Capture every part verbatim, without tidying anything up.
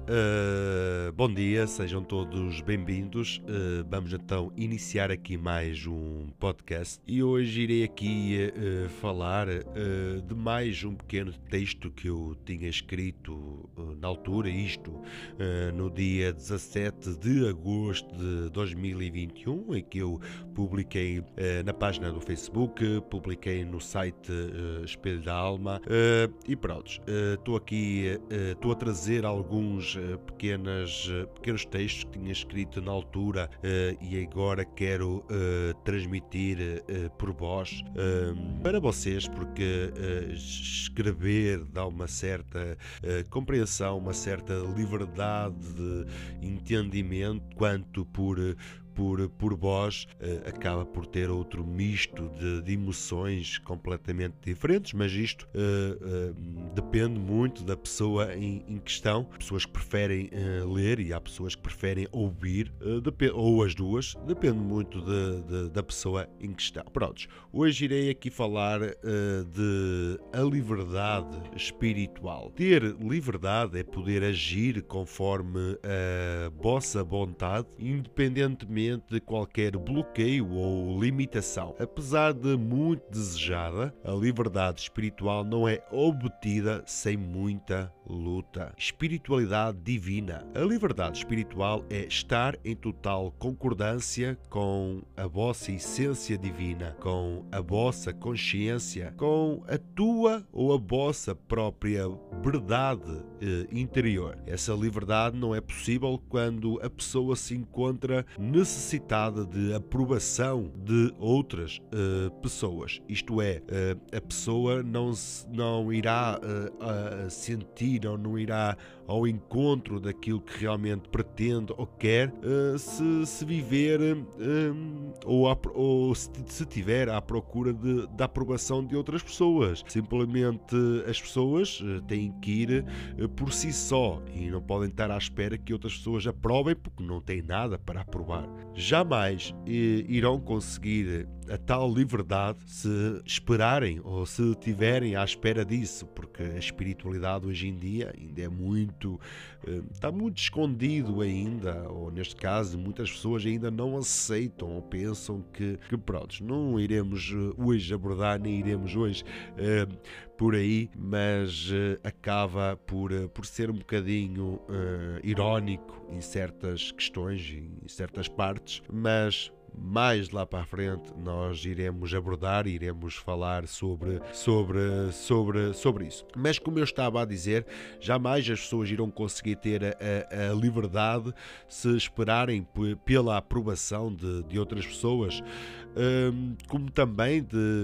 Uh, bom dia, sejam todos bem-vindos. Uh, vamos então iniciar aqui mais um podcast e hoje irei aqui uh, falar uh, de mais um pequeno texto que eu tinha escrito uh, na altura, isto uh, no dia dezassete de agosto de dois mil e vinte e um, em que eu publiquei uh, na página do Facebook, publiquei no site uh, Espelho da Alma uh, e pronto, estou uh, aqui, estou uh, a trazer alguns Pequenas, pequenos textos que tinha escrito na altura uh, e agora quero uh, transmitir uh, por voz uh, para vocês, porque uh, escrever dá uma certa uh, compreensão, uma certa liberdade de entendimento, quanto por uh, Por, por voz, uh, acaba por ter outro misto de, de emoções completamente diferentes, mas isto uh, uh, depende muito da pessoa em, em questão. Há pessoas que preferem uh, ler e há pessoas que preferem ouvir, uh, ou as duas, depende muito de, de, da pessoa em questão. Prontos, hoje irei aqui falar uh, de a liberdade espiritual. Ter liberdade é poder agir conforme a vossa vontade, independentemente de qualquer bloqueio ou limitação. Apesar de muito desejada, a liberdade espiritual não é obtida sem muita luta. Espiritualidade divina. A liberdade espiritual é estar em total concordância com a vossa essência divina, com a vossa consciência, com a tua ou a vossa própria verdade eh, interior. Essa liberdade não é possível quando a pessoa se encontra necessitada de aprovação de outras uh, pessoas. Isto é, uh, a pessoa não, não irá uh, uh, sentir ou não irá ao encontro daquilo que realmente pretende ou quer uh, se, se viver um, ou, a, ou se, se tiver à procura de, da aprovação de outras pessoas. Simplesmente as pessoas uh, têm que ir uh, por si só e não podem estar à espera que outras pessoas aprovem, porque não têm nada para aprovar. Jamais eh, irão conseguir a tal liberdade se esperarem ou se tiverem à espera disso, porque a espiritualidade hoje em dia ainda é muito, eh, está muito escondido ainda, ou neste caso muitas pessoas ainda não aceitam ou pensam que, que pronto, não iremos hoje abordar, nem iremos hoje eh, por aí, mas uh, acaba por, uh, por ser um bocadinho uh, irónico em certas questões, em certas partes, mas mais lá para a frente nós iremos abordar, iremos falar sobre, sobre, sobre, sobre isso. Mas como eu estava a dizer, jamais as pessoas irão conseguir ter a, a, a liberdade se esperarem p- pela aprovação de, de outras pessoas, um, como também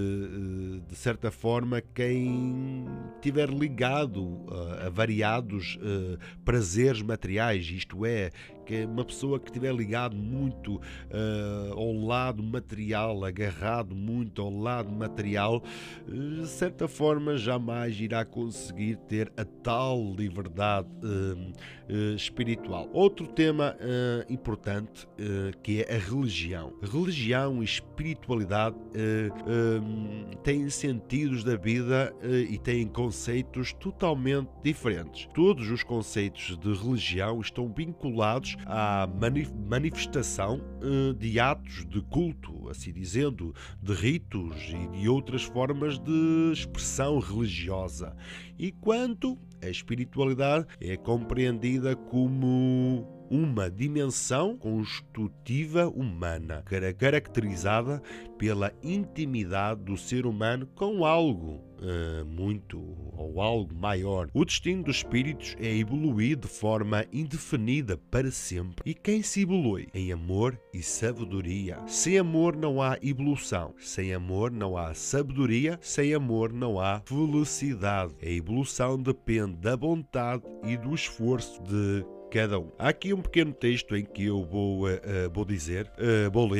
de, de certa forma quem estiver ligado a, a variados uh, prazeres materiais, isto é, que uma pessoa que estiver ligado muito uh, ao lado material, agarrado muito ao lado material, de certa forma jamais irá conseguir ter a tal liberdade uh, uh, espiritual. Outro tema uh, importante uh, que é a religião. Religião e espiritualidade uh, um, têm sentidos da vida uh, e têm conceitos totalmente diferentes. Todos os conceitos de religião estão vinculados à manifestação uh, de atos de culto, assim dizendo, de ritos e de outras formas de expressão religiosa. E quanto a espiritualidade é compreendida como uma dimensão constitutiva humana, caracterizada pela intimidade do ser humano com algo uh, muito ou algo maior. O destino dos espíritos é evoluir de forma indefinida para sempre. E quem se evolui? Em amor e sabedoria. Sem amor não há evolução. Sem amor não há sabedoria. Sem amor não há felicidade. A evolução depende da vontade e do esforço de cada um. Há aqui um pequeno texto em que eu vou, uh, vou dizer, uh, vou ler,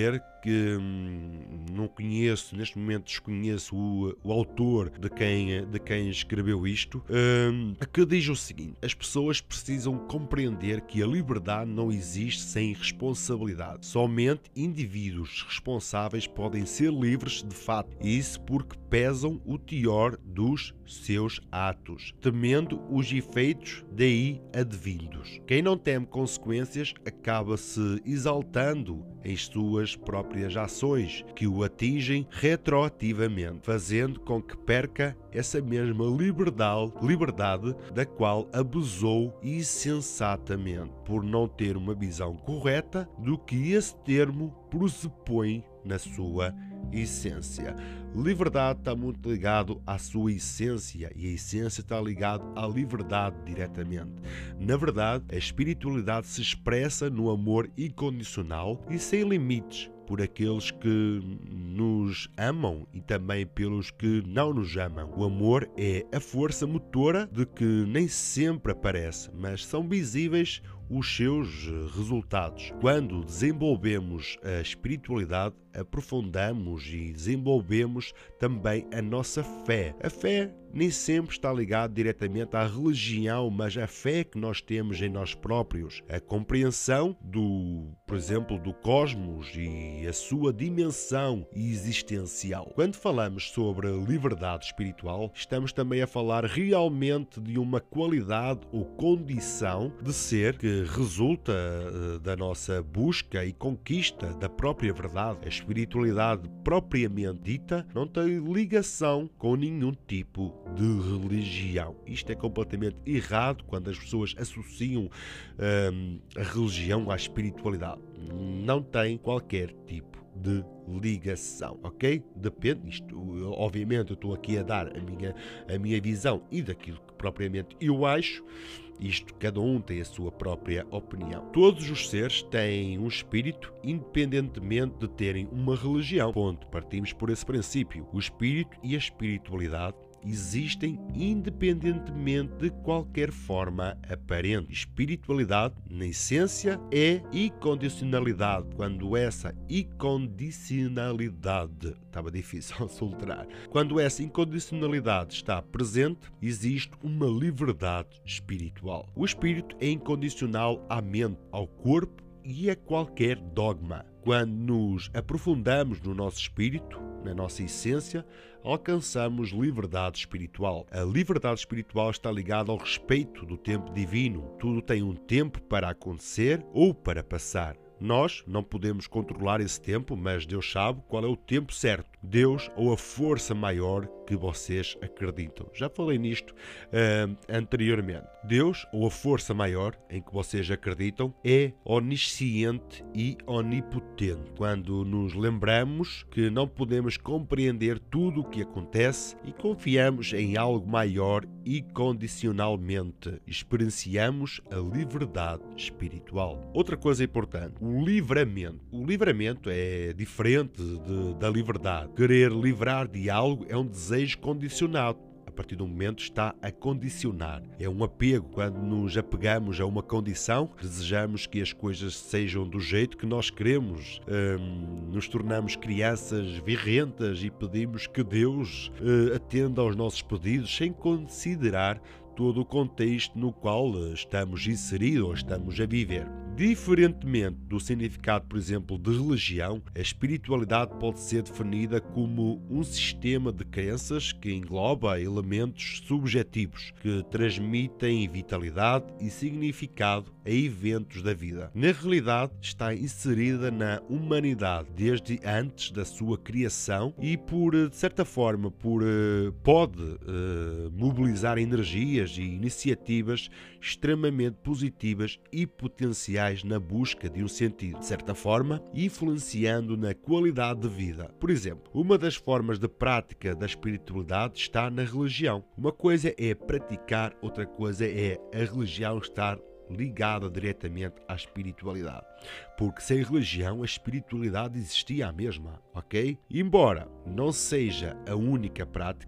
que hum, não conheço, neste momento desconheço o, o autor de quem, de quem escreveu isto, hum, que diz o seguinte: as pessoas precisam compreender que a liberdade não existe sem responsabilidade. Somente indivíduos responsáveis podem ser livres de fato, e isso porque pesam o teor dos seus atos, temendo os efeitos daí advindos. Quem não teme consequências acaba-se exaltando em suas próprias ações, que o atingem retroativamente, fazendo com que perca essa mesma liberdade, liberdade da qual abusou insensatamente, por não ter uma visão correta do que esse termo pressupõe na sua essência. Liberdade está muito ligado à sua essência, e a essência está ligada à liberdade diretamente. Na verdade, a espiritualidade se expressa no amor incondicional e sem limites por aqueles que nos amam e também pelos que não nos amam. O amor é a força motora de que nem sempre aparece, mas são visíveis os seus resultados. Quando desenvolvemos a espiritualidade, aprofundamos e desenvolvemos também a nossa fé. A fé nem sempre está ligada diretamente à religião, mas a fé que nós temos em nós próprios, a compreensão do, por exemplo, do cosmos e a sua dimensão existencial. Quando falamos sobre liberdade espiritual, estamos também a falar realmente de uma qualidade ou condição de ser que resulta da nossa busca e conquista da própria verdade. A espiritualidade propriamente dita não tem ligação com nenhum tipo de religião. Isto é completamente errado quando as pessoas associam hum, a religião à espiritualidade. Não tem qualquer tipo de ligação, ok? Depende, isto, obviamente eu estou aqui a dar a minha, a minha visão e daquilo que propriamente eu acho. Isto, cada um tem a sua própria opinião. Todos os seres têm um espírito, independentemente de terem uma religião. Ponto. Partimos por esse princípio. O espírito e a espiritualidade existem independentemente de qualquer forma aparente. Espiritualidade, na essência, é incondicionalidade. Quando essa incondicionalidade, estava difícil de soltar, quando essa incondicionalidade está presente, existe uma liberdade espiritual. O espírito é incondicional à mente, ao corpo e a qualquer dogma. Quando nos aprofundamos no nosso espírito, na nossa essência, alcançamos liberdade espiritual. A liberdade espiritual está ligada ao respeito do tempo divino. Tudo tem um tempo para acontecer ou para passar. Nós não podemos controlar esse tempo, mas Deus sabe qual é o tempo certo. Deus ou a força maior que vocês acreditam. Já falei nisto uh, anteriormente. Deus ou a força maior em que vocês acreditam é onisciente e onipotente. Quando nos lembramos que não podemos compreender tudo o que acontece e confiamos em algo maior incondicionalmente, experienciamos a liberdade espiritual. Outra coisa importante, o livramento. O livramento é diferente de, da liberdade. Querer livrar de algo é um desejo condicionado. A partir do momento está a condicionar. É um apego. Quando nos apegamos a uma condição, desejamos que as coisas sejam do jeito que nós queremos. Hum, nos tornamos crianças virrentas e pedimos que Deus uh, atenda aos nossos pedidos sem considerar todo o contexto no qual estamos inseridos ou estamos a viver. Diferentemente do significado, por exemplo, de religião, a espiritualidade pode ser definida como um sistema de crenças que engloba elementos subjetivos que transmitem vitalidade e significado a eventos da vida. Na realidade, está inserida na humanidade desde antes da sua criação e, por de certa forma, por, pode uh, mobilizar energias e iniciativas extremamente positivas e potenciais na busca de um sentido, de certa forma, influenciando na qualidade de vida. Por exemplo, uma das formas de prática da espiritualidade está na religião. Uma coisa é praticar, outra coisa é a religião estar ligada diretamente à espiritualidade. Porque sem religião a espiritualidade existia a mesma, ok? Embora não seja a única prática,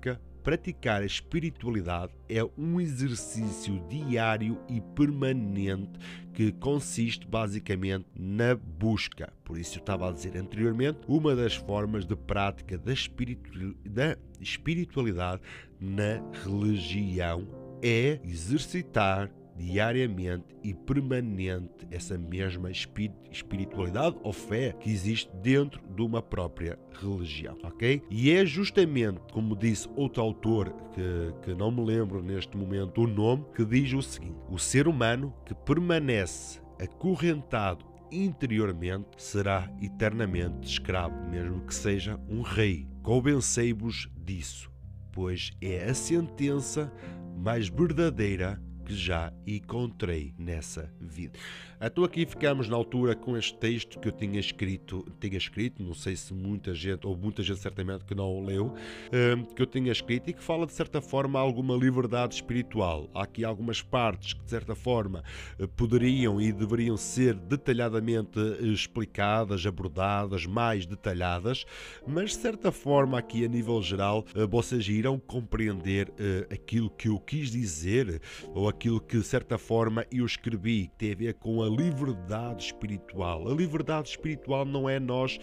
praticar a espiritualidade é um exercício diário e permanente que consiste basicamente na busca. Por isso eu estava a dizer anteriormente, uma das formas de prática da, espiritu... da espiritualidade na religião é exercitar diariamente e permanente essa mesma espiritualidade ou fé que existe dentro de uma própria religião, ok? E é justamente, como disse outro autor, que, que não me lembro neste momento o nome, que diz o seguinte: o ser humano que permanece acorrentado interiormente será eternamente escravo, mesmo que seja um rei. Convencei-vos disso, pois é a sentença mais verdadeira que já encontrei nessa vida. Então aqui ficamos na altura com este texto que eu tinha escrito, tinha escrito, não sei se muita gente, ou muita gente certamente que não o leu, que eu tinha escrito e que fala de certa forma alguma liberdade espiritual. Há aqui algumas partes que de certa forma poderiam e deveriam ser detalhadamente explicadas, abordadas, mais detalhadas, mas de certa forma aqui a nível geral vocês irão compreender aquilo que eu quis dizer, ou aquilo que de certa forma eu escrevi, que tem a ver com a liberdade espiritual. A liberdade espiritual não é nós,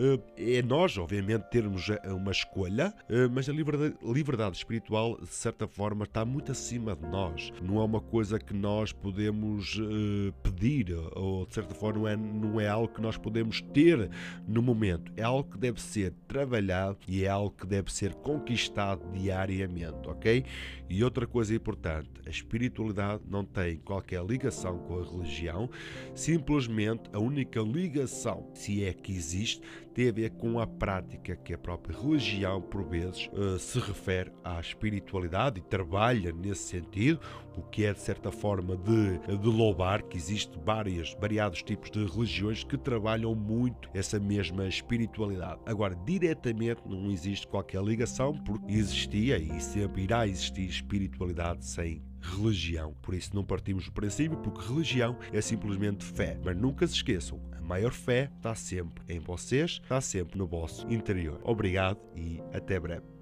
é nós, obviamente, termos uma escolha, mas a liberdade, liberdade espiritual, de certa forma, está muito acima de nós. Não é uma coisa que nós podemos pedir, ou de certa forma não é, não é algo que nós podemos ter no momento. É algo que deve ser trabalhado e é algo que deve ser conquistado diariamente, ok? E outra coisa importante, a espiritualidade não tem qualquer ligação com a religião. Simplesmente a única ligação, se é que existe, tem a ver com a prática que a própria religião, por vezes, uh, se refere à espiritualidade e trabalha nesse sentido, o que é de certa forma de, de louvar, que existe várias, variados tipos de religiões que trabalham muito essa mesma espiritualidade. Agora, diretamente não existe qualquer ligação, porque existia e sempre irá existir espiritualidade sem religião. Por isso não partimos do princípio, porque religião é simplesmente fé. Mas nunca se esqueçam, a maior fé está sempre em vocês, está sempre no vosso interior. Obrigado e até breve.